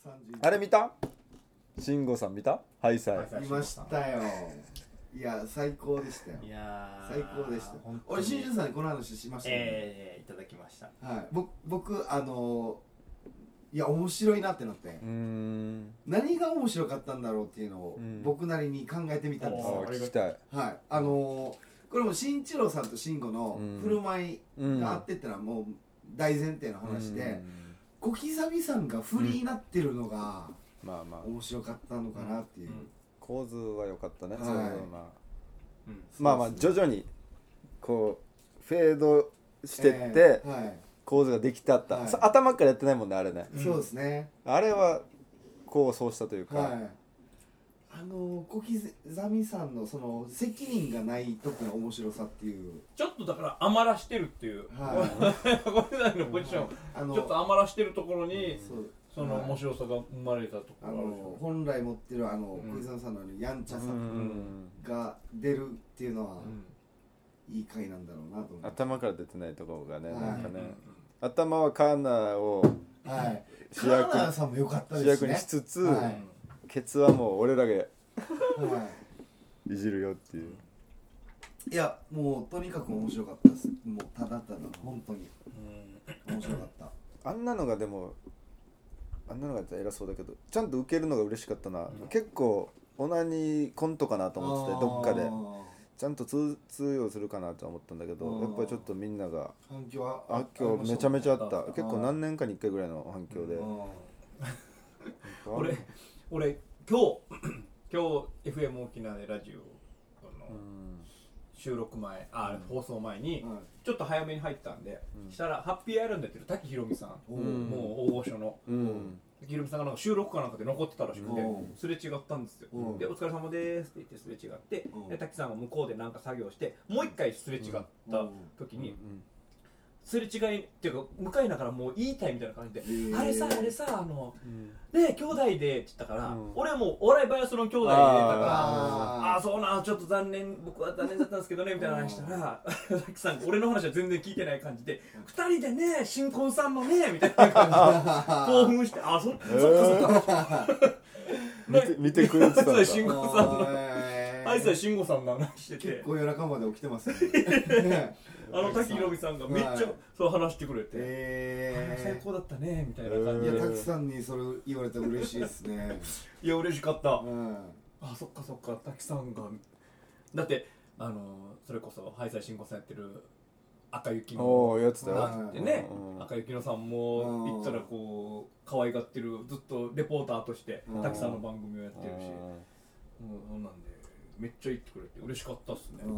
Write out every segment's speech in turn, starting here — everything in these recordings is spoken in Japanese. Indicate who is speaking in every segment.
Speaker 1: あれ見た？慎吾さん見た？ハイサイ
Speaker 2: 見ましたよ。いや最高でしたよ。
Speaker 3: いや
Speaker 2: 最高でした。俺新庄さんにこの話しましたね。
Speaker 3: いただきました。
Speaker 2: はい。僕いや面白いなってなって。何が面白かったんだろうっていうのを僕なりに考えてみたんですよ。
Speaker 1: 聞きたい。
Speaker 2: はい。これも慎一郎さんと慎吾の振る舞いがあってってのはもう大前提の話で、小刻みさんがフリーになってるのが
Speaker 1: まあまあ
Speaker 2: 面白かったのかなっていう。
Speaker 1: 構図は良かったね。
Speaker 2: はい。
Speaker 1: まあまあ徐々にこうフェードしてって構図ができてあった。頭からやってないもんねあれね。
Speaker 2: そうですね。
Speaker 1: あれはこうそうしたというか。
Speaker 2: 小刻みさんのその責任がない時の面白さっていう
Speaker 3: ちょっとだから余らしてるっていう、小刻みのポジションちょっと余らしてるところにその面白さが生まれたところ
Speaker 2: 本来持ってる小刻みさんのやんちゃさが出るっていうのはいい回なんだろうなと思って。
Speaker 1: 頭から出てないところがね、なんかね、頭はカーナーを
Speaker 2: 主役さんも良かったですね。
Speaker 1: 主役にしつつ、ケツはもう俺らがいじるよっていう。
Speaker 2: いやもうとにかく面白かったです。もうただただ本当に面白かった。
Speaker 1: あんなのがでもあんなのが偉そうだけどちゃんと受けるのが嬉しかったな。結構オナニーコントかなと思っててどっかでちゃんと通用するかなと思ったんだけど、やっぱりちょっとみんなが
Speaker 2: 反響
Speaker 1: めちゃめちゃあった。結構何年かに1回ぐらいの反響で。
Speaker 3: 俺今日 FM 沖縄でラジオの収録前放送前にちょっと早めに入ったんで、したらハッピーアイランドやってる滝ひろみさん、もう大御所の滝ひろみさんがなんか収録かなんかで残ってたらしくてすれ違ったんですよ。でお疲れ様ですって言ってすれ違って、で滝さんが向こうでなんか作業してもう一回すれ違った時にすれ違いっていうか向かいながらもう言いたいみたいな感じで、あれさね兄弟でって言ったから、俺もお笑いバイアスの兄弟でだからそうなちょっと僕は残念だったんですけどねみたいな話したら滝さん俺の話は全然聞いてない感じで2人でね新婚さんのねみたいな感じで興奮してそっか
Speaker 1: 見てくれてたんだ。
Speaker 3: 新婚さんのあいつは慎吾さんの話してて
Speaker 2: 結構夜中まで起きてますね。
Speaker 3: 滝ひろみさんがめっちゃそう話してくれて、最高だったねみたいな感じで。
Speaker 2: いや滝さんにそれ言われたら嬉しいですね。
Speaker 3: いや嬉しかった。そっかそっか滝さんがだってそれこそハイサイ慎吾さんやってる赤雪の
Speaker 1: やつだよ
Speaker 3: ってね、赤雪のさんも言ったらこう可愛がってるずっとレポーターとして滝さんの番組をやってるし、なんでめっちゃ言ってくれて嬉しかったっすね。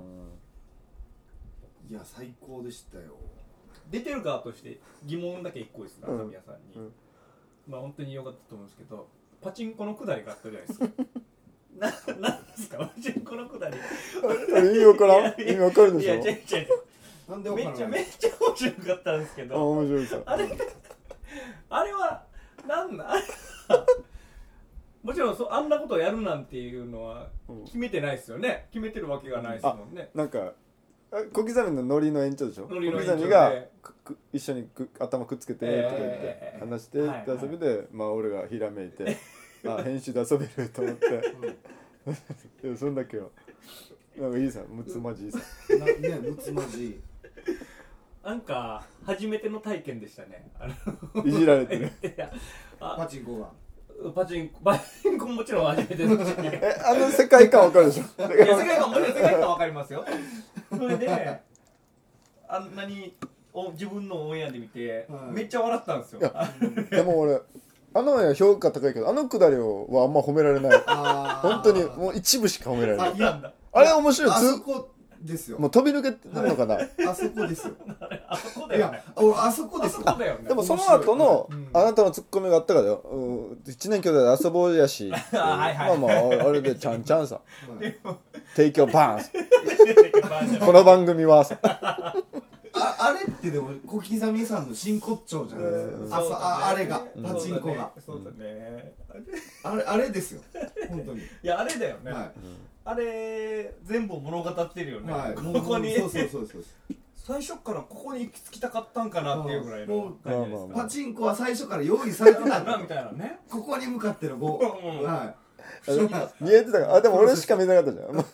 Speaker 2: いや最高でしたよ。
Speaker 3: 出てる側として疑問だけ1個です朝宮さんに、まあ本当に良かったと思うんですけど、パチンコのくだりがあったじゃないですか。なんですかパチンコのくだり。
Speaker 1: 意味わからん？意味わかるでしょ？
Speaker 3: いや違う
Speaker 2: なんでわからない？
Speaker 3: めっちゃ面白かったんですけど。
Speaker 1: 面白いさ。
Speaker 3: あれはなんだ？もちろんあんなことをやるなんていうのは決めてないですよね。決めてるわけがないですもんね。
Speaker 1: なんか小刻みのノリの延長でしょ。小刻みが一緒に頭くっつけてとか言って話して遊びで、まあ俺がひらめいて編集で遊べると思ってそんだけよ。なんかいいさ、むつまじいさ
Speaker 2: ね、むつまじい。
Speaker 3: なんか初めての体験でしたね。
Speaker 1: いじられてる。
Speaker 2: パチンコが。
Speaker 3: パチンコもちろん初めてですし、
Speaker 1: 世界観わかるでしょ。
Speaker 3: 世界観わかりますよ。それであんなに自分のオンエアで見てめっちゃ笑ったんですよ。
Speaker 1: でも俺評価高いけどくだりはあんま褒められない。本当にもう一部しか褒められない。あれ面白い。
Speaker 2: あそこですよ。
Speaker 1: もう飛び抜けてるのかな。
Speaker 2: あそこですよ。
Speaker 3: あそこだよね。
Speaker 2: あそこですよ。
Speaker 1: でもその後のあなたのツッコミがあったからよ。一年兄弟で遊ぼうやし。まああれでちゃんちゃんさ。提供バーン。この番組はさ。
Speaker 2: あれってでも小刻みさんの真骨頂じゃないですか。あれがパチンコが。
Speaker 3: そうだね。
Speaker 2: あれですよ。本当に。い
Speaker 3: やあれだよね。あれ全部物語ってるよね。
Speaker 2: ここに。そう。
Speaker 3: 最初からここに行き着きたかったんかなっていうぐらいの感じですか。
Speaker 2: パチンコは最初から用意されてた
Speaker 3: なみたいなね。
Speaker 2: ここに向かっての棒、はい
Speaker 1: 見えてたから。あ、でも俺しか見なかったじゃん。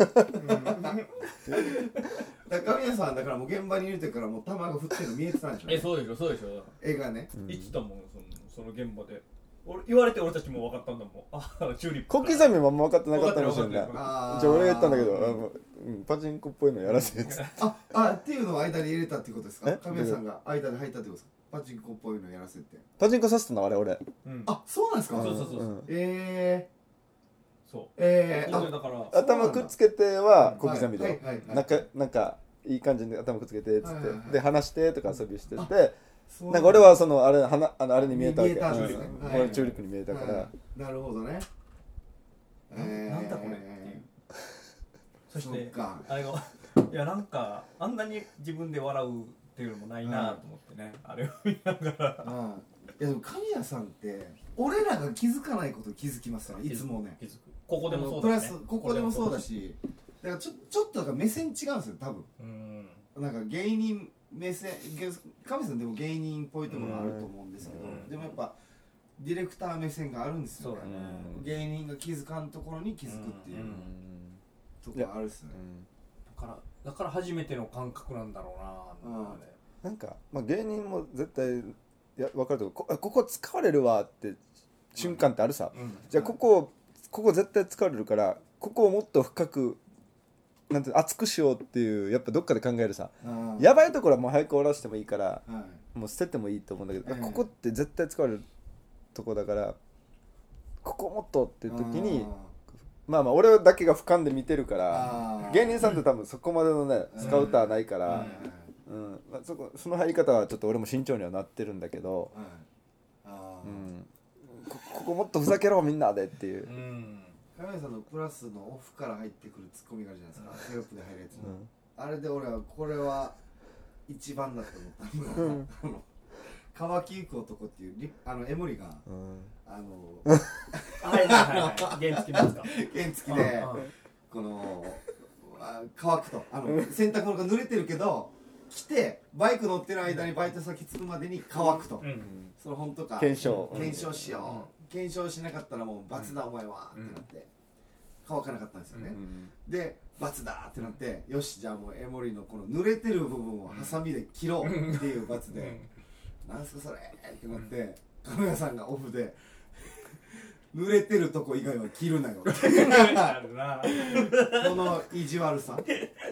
Speaker 2: 神谷さんだからもう現場にいる時からもう球が降ってるの見えてたんでしょ。
Speaker 3: そうでしょそうでしょ。
Speaker 2: 絵がね。
Speaker 3: いつだもんその現場で。言われて俺たちも分かったんだもん。チューリップ。
Speaker 1: 小刻みも分かってなかったかもしれない。じゃあ俺が言ったんだけど、パチンコっぽいのやらせって。
Speaker 2: っていうのを間に入れたっていうことですか。神谷さんが間に入ったってことですか。パチンコっぽいのやらせって。
Speaker 1: パチンコさせたのあれ俺。
Speaker 2: そうなんですか。
Speaker 3: そう。そう。だから
Speaker 1: 頭くっつけては小刻みで。なんかいい感じで頭くっつけてっつってで話してとか遊びしてて。なんか俺はそのあれに見えたわけ。俺チューリップに見えたから。
Speaker 2: なるほどね。
Speaker 3: なんだこれっていう。そしてあれがいやなんかあんなに自分で笑うっていうのもないなと思ってね。あれを見ながら。
Speaker 2: いやでも神谷さんって俺らが気づかないこと気づきますよね。いつもね。
Speaker 3: ここでもそうだし。
Speaker 2: プラスここでもそうだし。だからちょっと目線違うんですよ多分。なんか芸人目線神さんでも芸人っぽいところがあると思うんですけど、でもやっぱディレクター目線があるんですよね。芸人が気づかんところに気づくっていうところがあるっすね。
Speaker 3: だから初めての感覚なんだろうな。
Speaker 1: なんか芸人も絶対分かるとここ使われるわって瞬間ってあるさ。じゃあここ絶対使われるからここをもっと深くなんて熱くしようっていうやっぱどっかで考えるさ。やばいところはもう早く終わらせてもいいから、もう捨ててもいいと思うんだけど、ここって絶対使われるとこだからここもっとっていう時に俺だけが俯瞰で見てるから芸人さんって多分そこまでのねスカウターないからその入り方はちょっと俺も慎重にはなってるんだけど、ここもっとふざけろみんなでっていう。
Speaker 2: 神谷さんのプラスのオフから入ってくるツッコミがあるじゃないですか。テロップで入るやつ、あれで俺はこれは一番だと思ったのが川木ゆく男っていう江森が
Speaker 3: 原付なんですか。
Speaker 2: 原付でこの乾くと洗濯物が濡れてるけど来てバイク乗ってる間にバイト先着くまでに乾くと、その本当か
Speaker 1: 検証
Speaker 2: しよう、検証しなかったらもう罰だお前はってなって乾かなかったんですよね。で罰だってなってよしじゃあもう江森のこの濡れてる部分をハサミで切ろうっていう罰でなんすかそれってなって神谷さんがオフで濡れてるとこ以外は切るなよってこの意地悪さ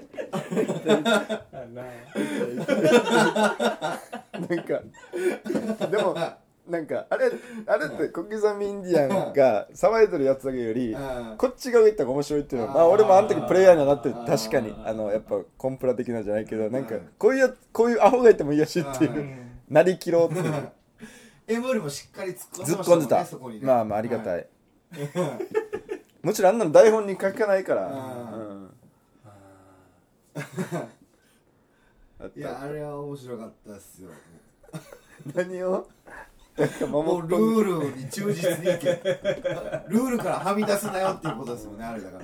Speaker 1: なんかでもなんかあれって小刻みインディアンが騒いでるやつだけよりこっちが上行ったら面白いっていうのは俺もあの時プレイヤーにはなってる。確かにやっぱコンプラ的なんじゃないけどなんかこういうアホがいてもいいやしっていうなりきろうっていう
Speaker 2: エムリもしっかり突っ
Speaker 1: 込んでた。まあありがたい。もちろんあんなの台本に書かないから
Speaker 2: いやあれは面白かったっすよ。
Speaker 1: 何を
Speaker 2: もうルールに忠実にいけルールからはみ出すなよっていうことですよね。あれだ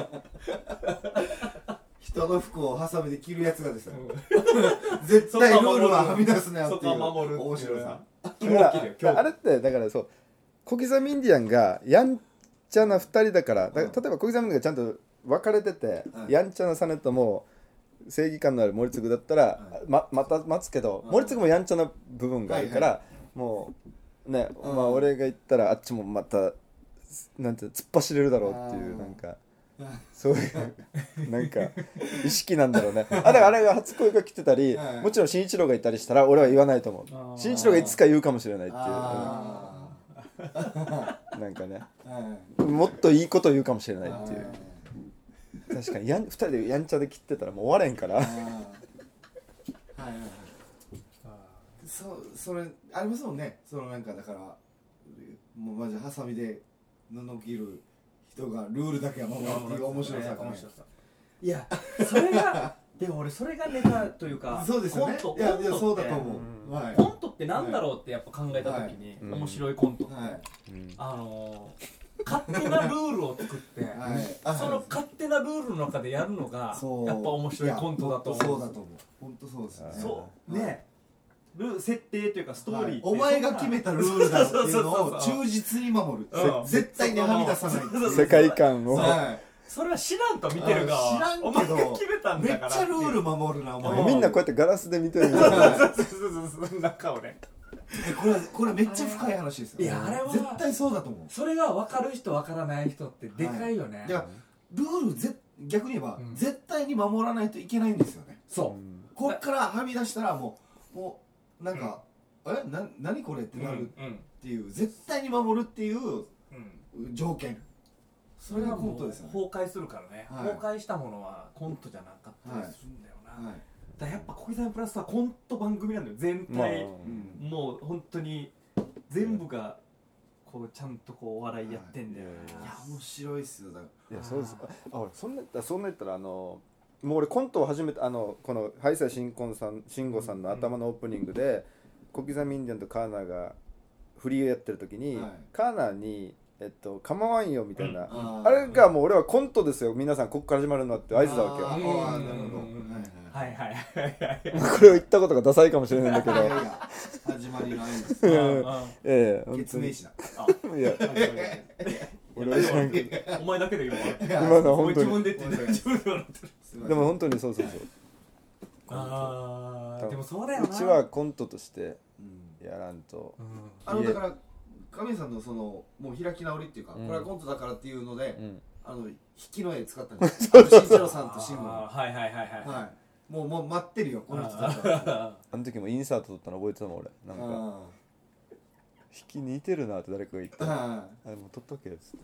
Speaker 2: から人の服をハサミで切るやつがですよ絶対ルールははみ出すなよっていう面白さ。
Speaker 1: あれってだからそう小刻みインディアンがやんちゃな2人だから例えば小刻みインディアンがちゃんと分かれてて、やんちゃな実朝も正義感のある森次だったら、また待つけど、森次もやんちゃな部分があるから、もうね、俺が言ったらあっちもまたなんて突っ走れるだろうっていうなんかそういうなんか意識なんだろうね。だからあれが初恋が来てたり、もちろん慎一郎がいたりしたら俺は言わないと思う。慎一郎がいつか言うかもしれないっていう、なんかね、もっといいこと言うかもしれないっていう。確かに2人でやんちゃで切ってたらもう終われんから
Speaker 2: それありますもんね。そのなんかだからもうマジハサミで布切る人がルールだけは守るっていう面白さがね。
Speaker 3: いやそれがでも俺それがネタというか
Speaker 2: そうですよね。いやそうだと思う。
Speaker 3: コントってなんだろうってやっぱ考えた時に面白いコントって勝手なルールを作って、その勝手なルールの中でやるのがやっぱ面白いコントだと思う。
Speaker 2: そうだと思う。本当そうですね。
Speaker 3: そうね、設定というかストーリーって、
Speaker 2: お前が決めたルールだっていうのを忠実に守る。絶対にはみ出さない。
Speaker 1: 世界観を。
Speaker 3: それは知らんと見てる側は。
Speaker 2: 知らんけど、
Speaker 3: お前が決めたんだから。
Speaker 2: めっちゃルール守るなお前。
Speaker 1: みんなこうやってガラスで見てるみたいな。
Speaker 3: そんな顔ね。
Speaker 2: これめっちゃ深い話ですよ。
Speaker 3: いやあれは
Speaker 2: 絶対そうだと思う。
Speaker 3: それが分かる人分からない人ってでかいよね。
Speaker 2: だからルール逆に言えば絶対に守らないといけないんですよね。
Speaker 3: そう。
Speaker 2: こっからはみ出したらもうなんか何これってなるっていう、絶対に守るっていう条件。それがコントですよね。
Speaker 3: 崩壊するからね。崩壊したものはコントじゃなかったりするんだよな。だからやっぱ小刻みプラスはコント番組なんだよ全体。もう本当に全部がこうちゃんとこうお笑いやってんだよ。
Speaker 2: いや面白いっすよ。
Speaker 1: いやそうです。そんな言ったらもう俺コントを始めたこのハイサイ慎吾さんの頭のオープニングで小刻みインディアンとカーナーがフリーをやってる時に、カーナーに構わんよみたいな、あれがもう俺はコントですよ皆さんここから始まるのって合図だわけよ。
Speaker 3: はいはいはい。
Speaker 1: これを言ったことがダサいかもしれないんだけど
Speaker 2: 始まりの合図決命詞だ。
Speaker 1: いや俺は知らんけど
Speaker 3: お前だけで今
Speaker 1: の本当に
Speaker 3: 自分でって自分で笑ってる。
Speaker 1: でも本当にそうで
Speaker 3: もそうだよな。
Speaker 1: うちはコントとしてやらんと。
Speaker 2: だから神さんのそのもう開き直りっていうか、これはコントだからっていうので引きの絵使ったんです。慎一郎さんと慎吾。
Speaker 3: はいはいはいはい。
Speaker 2: もう待ってるよこの人たちは。
Speaker 1: あの時もインサート撮ったの覚えてたもん俺。なんか引き似てるなって誰かが言って、もう撮っとけっつって。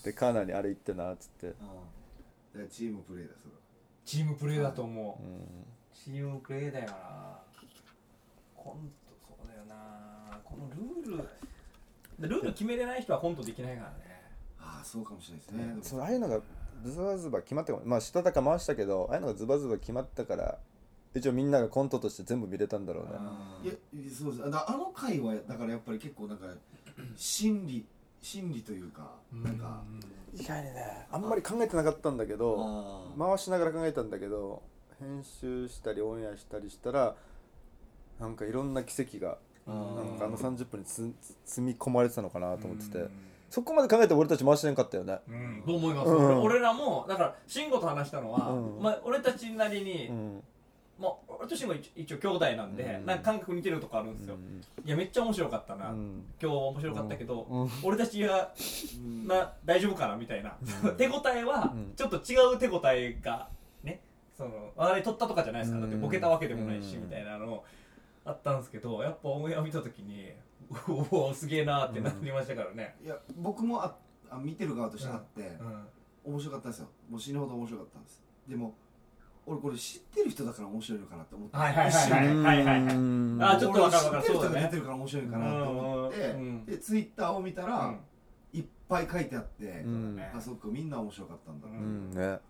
Speaker 1: でカーナーにあれ言ってなっつって。
Speaker 2: チームプレーだそれ。
Speaker 3: チームプレーだと思う。チームプレーだよな。コントそうだよな。このルール決めれない人はコントできないからね。
Speaker 2: そうかもしれないですね。
Speaker 1: ああいうのがズバズバ決まったから、したたか回したけどああいうのがズバズバ決まったから一応みんながコントとして全部見れたんだろうね。
Speaker 2: いやそうです。あの回はだからやっぱり結構なんか心理というかなんか
Speaker 1: 意外にねあんまり考えてなかったんだけど回しながら考えたんだけど編集したりオンエアしたりしたらなんかいろんな奇跡がなんか30分に積み込まれてたのかなと思ってて、そこまで考えて俺たち回してなかったよね。
Speaker 3: どう思います？俺らもだから慎吾と話したのは、俺たちなりに、俺と慎吾一応兄弟なんで、なんか感覚似てるとこあるんですよ。いやめっちゃ面白かったな、今日面白かったけど、俺たちが大丈夫かなみたいな手応えはちょっと違う手応えがね、そのあれ取ったとかじゃないですか。だってボケたわけでもないしみたいなのあったんですけど、やっぱオンエア見た時におおすげえなーってなりましたからね。
Speaker 2: いや僕も見てる側としてあって、面白かったですよ。もう死ぬほど面白かったんです。でも俺これ知ってる人だから面白いのかなって思って、ちょっと分かる分かる。知ってる人が出てるから面白いかなと思って、でツイッターを見たらいっぱい書いてあって、そっかみんな面白かったんだな。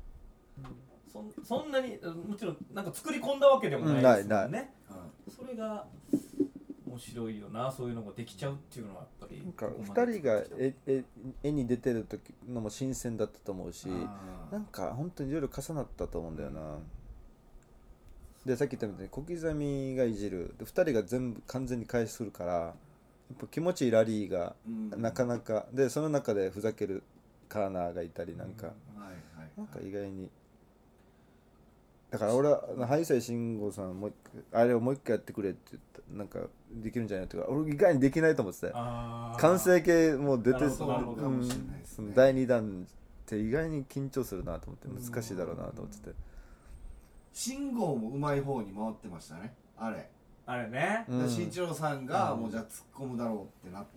Speaker 3: そんなにもちろんなんか作り込んだわけでもないですもんね。それが面白いよな。そういうのができちゃうっていうのはやっぱり
Speaker 1: 2人が絵に出てる時のも新鮮だったと思うし、なんか本当にいろいろ重なったと思うんだよな。でさっき言ったみたいに小刻みがいじるで2人が全部完全に返しするからやっぱ気持ちいいラリーがなかなかで、その中でふざけるカーナーがいたりなんか意外に。だから俺はハイサイ慎吾さんあれをもう一回やってくれって言ったなんかできるんじゃないとか俺意外にできないと思ってて、完成形も出て第2弾って意外に緊張するなと思って難しいだろうなと思ってて、
Speaker 2: 慎吾もうまい方に回ってましたねあれね。慎一郎さんがもうじゃあ突っ込むだろうってなって、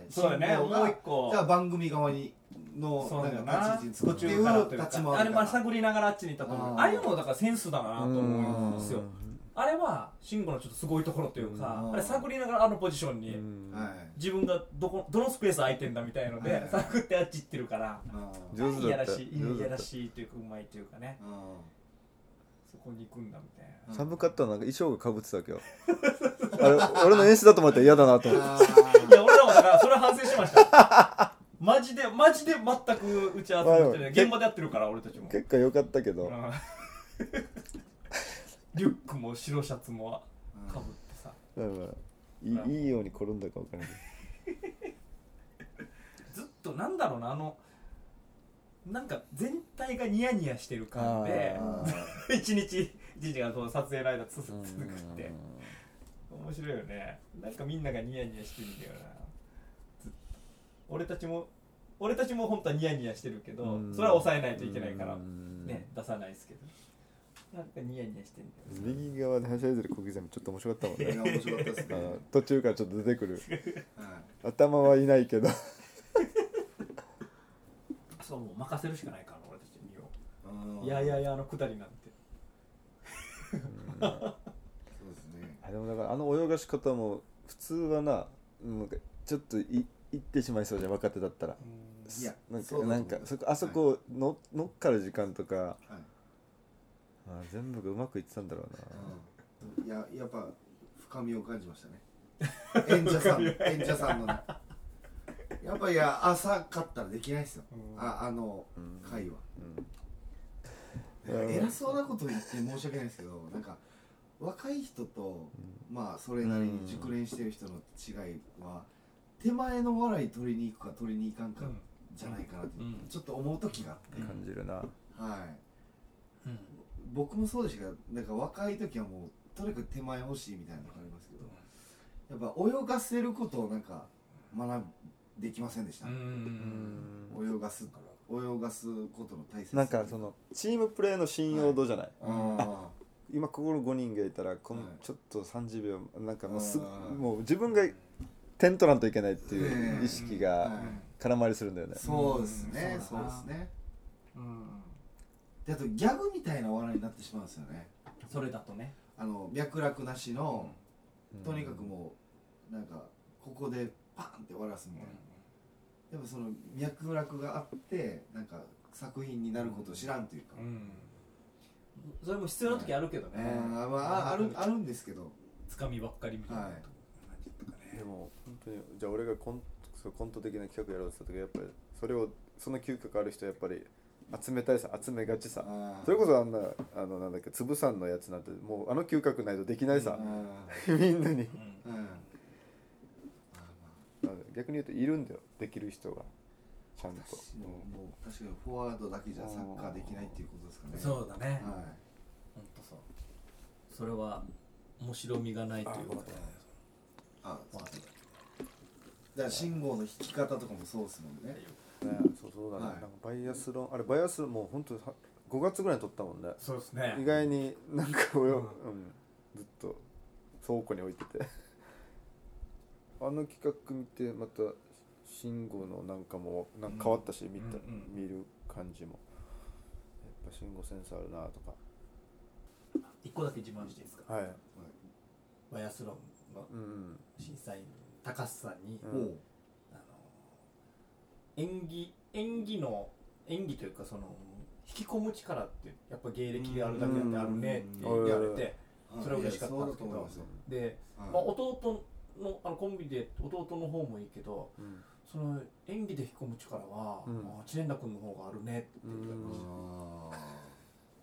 Speaker 3: そうだね、もう一個
Speaker 2: じゃあ番組側にの立ち位置に作っていう立ち回り
Speaker 3: あれ探りながらあっちに行ったと思う。ああいうのだからセンスだなと思うんですよ。あれは慎吾のちょっとすごいところというか、あれ探りながらあのポジションに自分がどのスペース空いてんだみたいので探ってあっち行ってるからいやらしいというかうまいというかね、そこに行くんだみたいな。
Speaker 1: 寒かったのなんか衣装がかぶってたわけよ俺の演出だと思ったら嫌だなと思って。
Speaker 3: いや俺らもだからそれは反省しました。 マジで全く打ち合わせしてない、現場でやってるから俺たちも
Speaker 1: 結果良かったけど
Speaker 3: リュックも白シャツもかぶってさ、
Speaker 1: いいように転んだか分からない
Speaker 3: ずっとなんだろうな、なんか全体がニヤニヤしてる感じで一日がその撮影の間続くって面白いよね。なんかみんながニヤニヤしてるんだよな。ずっと俺たちも本当はニヤニヤしてるけど、それは抑えないといけないからね、出さないですけど、なんかニヤニヤしてるんだよ。
Speaker 1: 右側ではしゃいでる小刻みちょっと面白かったもんね
Speaker 2: 面白かったですね
Speaker 1: 途中からちょっと出てくる頭はいないけど
Speaker 3: そう、もう任せるしかないから俺たちにいやあのくだりなんて
Speaker 2: そうですね。
Speaker 1: でもだから泳がし方も普通はなんかちょっと行ってしまいそうじゃん、若手だったら。
Speaker 2: いや
Speaker 1: なんかあそこ乗っかる時間とか、全部がうまくいってたんだろう
Speaker 2: な。やっぱ深みを感じましたね。演者さんのね。やっぱり浅かったらできないですよ。あの会は。偉そうなこと言って申し訳ないですけど、なんか若い人とまあそれなりに熟練してる人の違いは、手前の笑い取りに行くか取りに行かんかじゃないかなってちょっと思う時があって
Speaker 1: 感じるな。
Speaker 2: はい。僕もそうでしたけど、なんか若い時はもうとにかく手前欲しいみたいなのがありますけど、やっぱ泳がせることをなんか学できませんでした。泳がすことの大切さ。
Speaker 1: なんかそのチームプレーの信用度じゃない。今ここの5人がいたらちょっと30秒なんかもう自分が点取らんといけないっていう意識が空回りするんだよね。
Speaker 2: そうですね。であとギャグみたいな笑いになってしまうんですよね。
Speaker 3: それだとね、
Speaker 2: 脈絡なしのとにかくもうなんかここでパーンって笑わすみたいな。やっぱその脈絡があってなんか作品になることを知らんというか、
Speaker 3: それも必要な時あるけどね。
Speaker 2: あるんですけど、
Speaker 3: つかみばっかりみたいな。
Speaker 1: でも本当にじゃあ俺がコント的な企画やろうとした時やっぱりその嗅覚ある人やっぱり集めがちさ。それこそなんだっけ、つぶさんのやつなんてもう嗅覚ないとできないさみんなに。逆に言うといるんだよ、できる人がちゃんと。
Speaker 2: もう確かにフォワードだけじゃサッカーできないっていうことですかね。
Speaker 3: そうだね。本当そう。それは面白みがないということ。
Speaker 2: だから信号の引き方とかもそうですもんね。
Speaker 1: そうだね。なんかバイアスロンもう本当5月ぐらいに撮ったもんね。
Speaker 3: そうですね。
Speaker 1: 意外になんかずっと倉庫に置いてて企画見てまた信号のなんかもなんか変わったし、見る感じもやっぱ信号センスあるなとか。
Speaker 3: 一個だけ自慢していいですか。
Speaker 1: はい。
Speaker 3: バイアスロンの審査員高須さんに、演技というかその引き込む力ってやっぱ芸歴があるだけであるねって言われて、それは嬉しかったんですけど、で、弟のコンビで弟の方もいいけど、その演技で引き込む力は知念田君の方があるねって言ってました。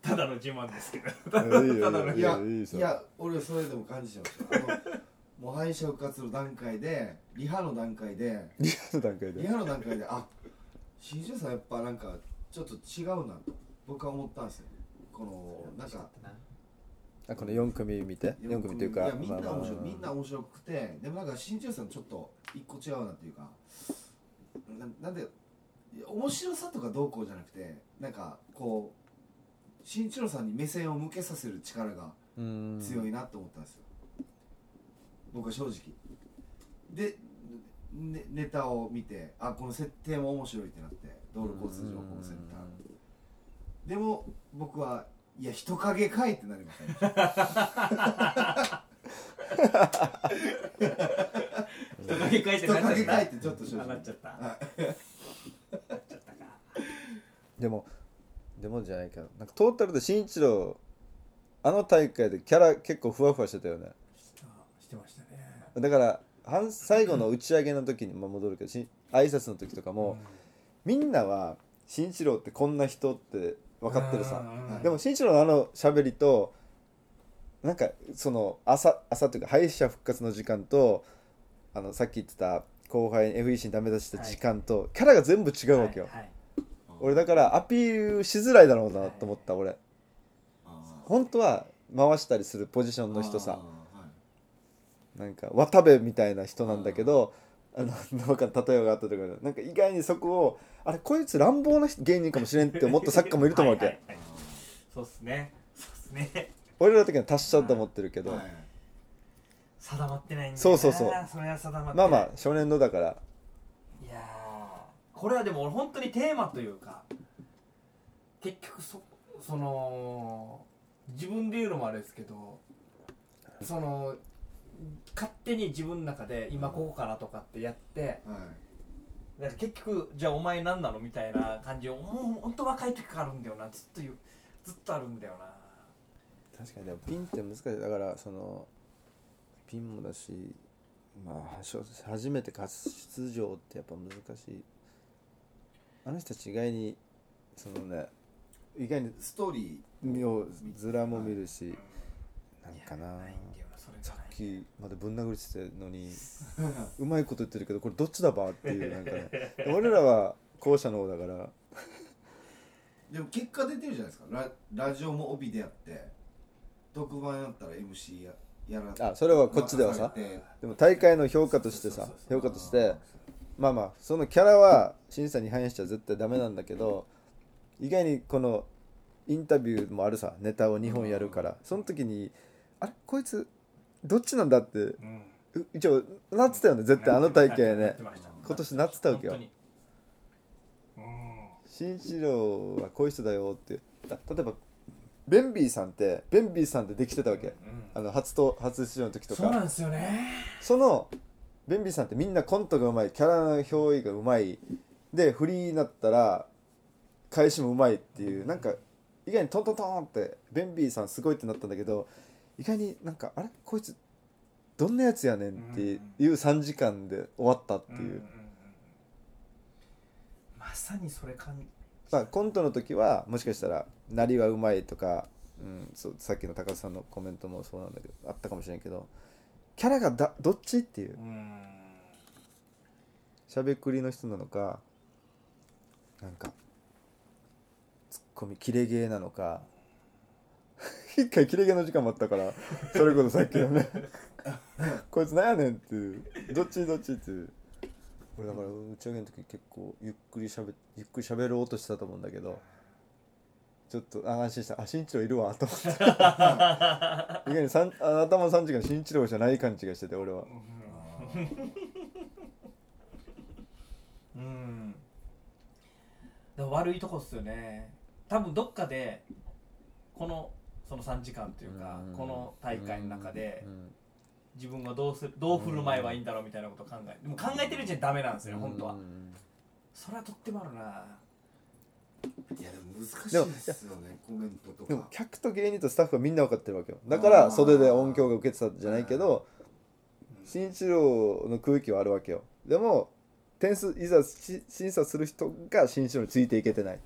Speaker 3: ただの自慢ですけど。
Speaker 2: いや俺それでも感じちゃいました。もう敗者復活の段階でリハの段階であ、新庄さんやっぱなんかちょっと違うなと僕は思ったんですよ。このなんか
Speaker 1: この4組見て4組というか、
Speaker 2: みんな面白くて、でもなんか新庄さんちょっと一個違うなっていうか、なんで面白さとかどうこうじゃなくて、なんかこう新庄さんに目線を向けさせる力が強いなと思ったんですよ、僕は正直で、ネタを見てこの設定も面白いってなって、道路交通情報センターでも僕はいや人影かいってなりましたね。
Speaker 3: 人影かいって
Speaker 2: ちょっと正直
Speaker 3: なっちゃった。
Speaker 1: でもじゃないかな。なんかトータルで新一郎大会でキャラ結構ふわふわしてたよね。
Speaker 3: してましたね。
Speaker 1: だから最後の打ち上げの時に戻るけど、 挨拶の時とかも、みんなは慎一郎ってこんな人って分かってるさ、でも慎一郎のあの喋りとなんかその朝というか敗者復活の時間とさっき言ってた後輩に FEC にダメ出した時間とキャラが全部違うわけよ、俺だからアピールしづらいだろうなと思った、俺本当は回したりするポジションの人さ、なんか渡部みたいな人なんだけど、なんか例えがあったとかなんか意外にそこをあれこいつ乱暴な芸人かもしれんって思った作家もいると思うわけ。
Speaker 3: そうっすね
Speaker 1: 俺らの時は達者と思ってるけど、
Speaker 3: 定まってないんだよな。
Speaker 1: そう
Speaker 3: それは定まってない。
Speaker 1: まあまあ少年度だから。
Speaker 3: いやこれはでも俺本当にテーマというか結局その自分で言うのもあれですけど、その勝手に自分の中で今ここかなとかってやって、だから結局じゃあお前何なのみたいな感じをもう本当若い時からあるんだよな、ずっとあるんだよな。
Speaker 1: 確かにでもピンって難しい。だからそのピンもだし、まあ初めて出場ってやっぱ難しい。あの人たち意外にそのね、意外に
Speaker 2: ストーリ
Speaker 1: ーをズラも見るし、なんかな、さっきまでぶん殴りしてたのにうまいこと言ってるけどこれどっちだばっていうなんかね俺らは後者の方だから
Speaker 2: でも結果出てるじゃないですか。ラジオも帯でやって特番やったら MC やら
Speaker 1: それはこっちではさ、でも大会の評価としてさ、評価としてまあまあそのキャラは審査に反映しちゃ絶対ダメなんだけど、意外にこのインタビューもあるさ、ネタを2本やるから、その時にあれこいつどっちなんだって、一応なってたよね絶対、あの大会ね今年なってたわけよ。慎一郎はこういう人だよって、例えばベンビーさんってできてたわけ、初出場の時とか。
Speaker 3: そうなんですよね。
Speaker 1: そのベンビーさんってみんなコントがうまい、キャラの表現がうまいで、フリーになったら返しもうまいっていう、なんか意外にトントントンってベンビーさんすごいってなったんだけど、意外になんかあれこいつどんなやつやねんっていう3時間で終わったっていう、
Speaker 3: まさにそれ感じ。
Speaker 1: まあコントの時はもしかしたらなりはうまいとか、そうさっきの高田さんのコメントもそうなんだけどあったかもしれんけど、キャラがどっちっていう、しゃべくりの人なのか、なんかツッコミキレゲーなのか一回キレゲーの時間もあったから、それこそさっきのねこいつなんやねんっていう、どっちっていう。俺だから打ち上げの時結構ゆっくり喋ろうとしたと思うんだけど、ちょっと安心した、慎一郎いるわと思って意外に頭の3時間慎一郎じゃない感じがしてて、俺は
Speaker 3: だから悪いとこっすよね。多分どっかでその3時間というか、この大会の中で自分がどう振る舞えばいいんだろうみたいなことをでも考えてるうちにダメなんですよ本当は。それはとってもあるな。
Speaker 2: いやでも難しいですよね、コメントとか。
Speaker 1: でも客と芸人とスタッフはみんな分かってるわけよ。だから袖で音響が受けてたじゃないけど、慎一郎の空気はあるわけよ。でも点数いざ審査する人が慎一郎についていけてない。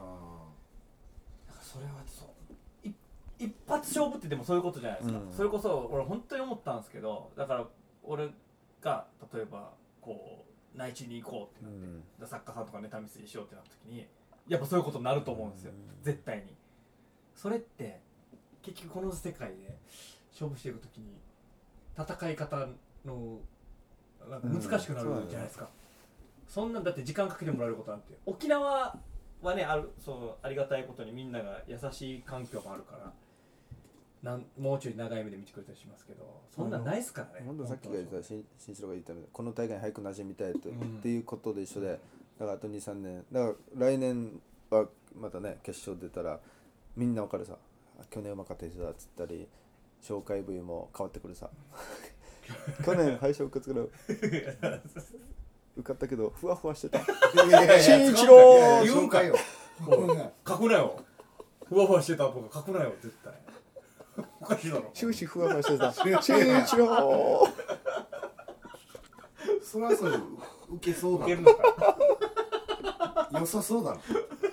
Speaker 3: それは一発勝負ってでもそういうことじゃないですか、それこそ俺本当に思ったんですけど、だから俺が例えばこう内地に行こうってなって、作家さんとかネタ見せしようってなった時にやっぱそういうことになると思うんですよ、絶対に。それって結局この世界で勝負していく時に戦い方のなんか難しくなるじゃないですか、そんなんだって時間かけてもらえることなんて、沖縄はねありがたいことにみんなが優しい環境もあるからもうちょい長い目で見てくれたりしますけど、そんなんないっすからね。
Speaker 1: 本当さっきが言った慎一郎が言ったこの大会に早く馴染みたいっていうことで一緒で、だからあと 2,3 年だから来年はまたね決勝出たらみんな分かるさ、去年うまかった人だっつったり紹介部位も変わってくるさ去年敗者復活から受かったけどふわふわしてた慎一郎
Speaker 3: 言うんかよ書くなよ、ふわふわしてたとか書くなよ絶対おかしいだろ。
Speaker 1: 終始ふわふわしてた慎一郎
Speaker 2: それはそれ受けそうだ
Speaker 3: 受けるのか
Speaker 2: 良さそうだな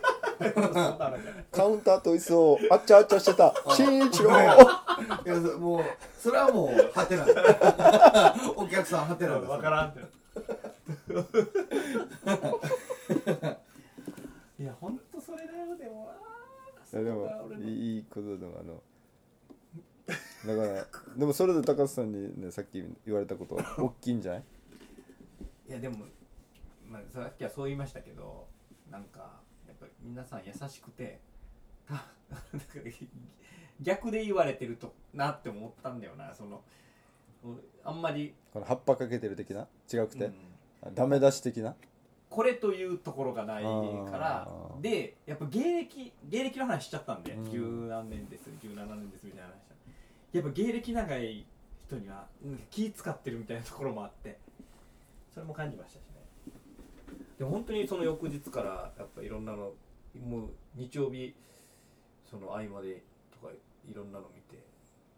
Speaker 1: カウンターと椅子をあっちゃあっちゃしてた新一郎
Speaker 2: いやもうそれはもうハテナお客さんハテナ
Speaker 3: 分からんっていやほんとそれだよ。でも
Speaker 1: いやでもいいことでもだからでもそれで高須さんにねさっき言われたことは大きいんじゃない？
Speaker 3: いやでも、まあ、さっきはそう言いましたけどなんかやっぱり皆さん優しくて逆で言われてるとなって思ったんだよな。そのあんまり
Speaker 1: この葉っぱかけてる的な違くて、ダメ出し的な
Speaker 3: これというところがないからでやっぱ芸歴の話しちゃったんで、10何年です17年ですみたいな話やっぱ芸歴長い人には気使ってるみたいなところもあってそれも感じましたしね。でも本当にその翌日からやっぱいろんなのもう日曜日その合間でとかいろんなの見て、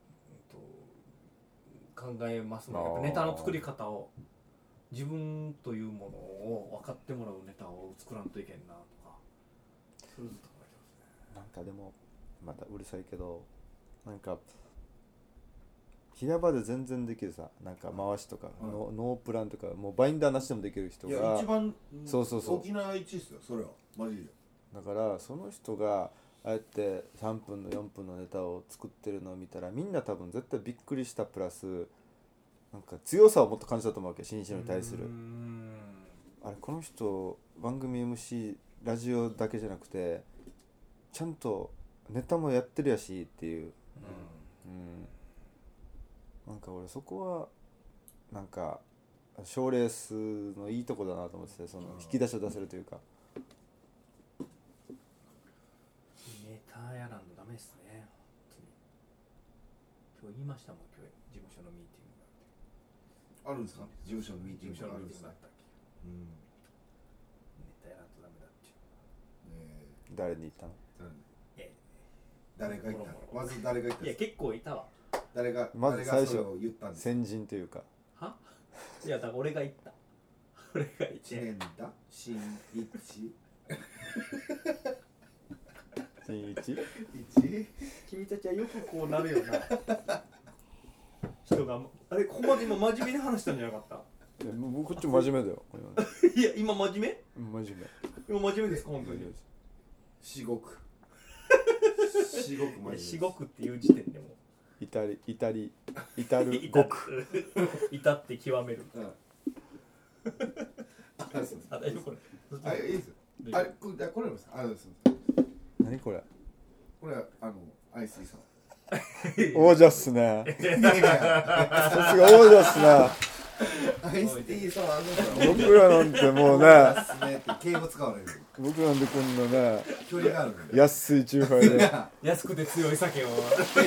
Speaker 3: 考えますね。やっぱネタの作り方を自分というものを分かってもらうネタを作らんといけんなとかそれずっと考えてますね。
Speaker 1: なんかでもまたうるさいけどなんか平場で全然できるさなんか回しとか、ノープランとかもうバインダーなしでもできる人が
Speaker 2: いや一番
Speaker 1: そう
Speaker 2: 沖縄一っすよそれはマジで。
Speaker 1: だからその人がああやって3分の4分のネタを作ってるのを見たらみんな多分絶対びっくりしたプラスなんか強さをもっと感じたと思うわけ新一郎に対する。あれこの人番組 MC ラジオだけじゃなくてちゃんとネタもやってるやしっていう、なんか俺そこはなんか賞レースのいいとこだなと思っててその引き出しを出せるというか。
Speaker 3: ネタやらんのダメっすね本当に。今日言いましたもん今日事務所のミーティング
Speaker 2: あるんですか事務所のミーティングがあるんですか。
Speaker 3: ネタやらんとダメだっていう。
Speaker 1: 誰に言ったの？
Speaker 2: 誰が言ったの？まず誰が言ったの？
Speaker 3: いや結構いたわ。
Speaker 2: 誰が
Speaker 1: まず最初
Speaker 2: それを言ったんですか？
Speaker 1: 先人というか
Speaker 3: いやだから俺が言った俺が言って
Speaker 2: 1年だ新一
Speaker 1: 新一
Speaker 3: 君たちはよくこうなるよな人があれここまで今真面目に話したんじゃなかった？
Speaker 1: もうこっち真面目だよ
Speaker 3: いや今真面目？
Speaker 1: 真面目
Speaker 3: 今真面目ですか本当に？
Speaker 2: 至極真面目
Speaker 3: 至極っていう時点でも
Speaker 1: 至る極
Speaker 3: 至って極める。
Speaker 2: あ、大丈
Speaker 3: 夫これ。
Speaker 2: あ、いいですよ。あれこれです。
Speaker 1: 何これ？
Speaker 2: これアイスイさん。
Speaker 1: 王者っすね。さすが王者っすね。
Speaker 2: アイスティーさん
Speaker 1: 僕らなんてもうね。
Speaker 2: 敬語使われる。
Speaker 1: 僕なんでこんなね。
Speaker 2: 距離がある。
Speaker 1: 安いチューハイで。
Speaker 3: 安くて強い酒を。ね。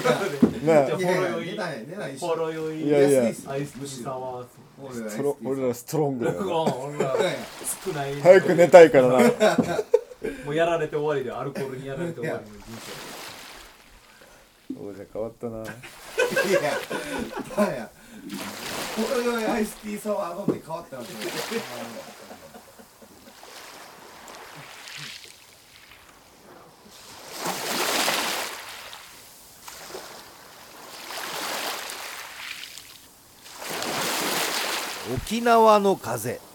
Speaker 3: ほろ酔い。
Speaker 1: いやいや。
Speaker 3: アイスティーさんは。
Speaker 1: 俺らストロングだよ。
Speaker 3: 少ない。
Speaker 1: 早く寝たいからな。
Speaker 3: もうやられて終わりでアルコールにやられて終わりの人
Speaker 1: 生。王者変わったな。い
Speaker 2: や。ほろ酔いアイスティーサワー飲んで変わったな。
Speaker 4: 沖縄の風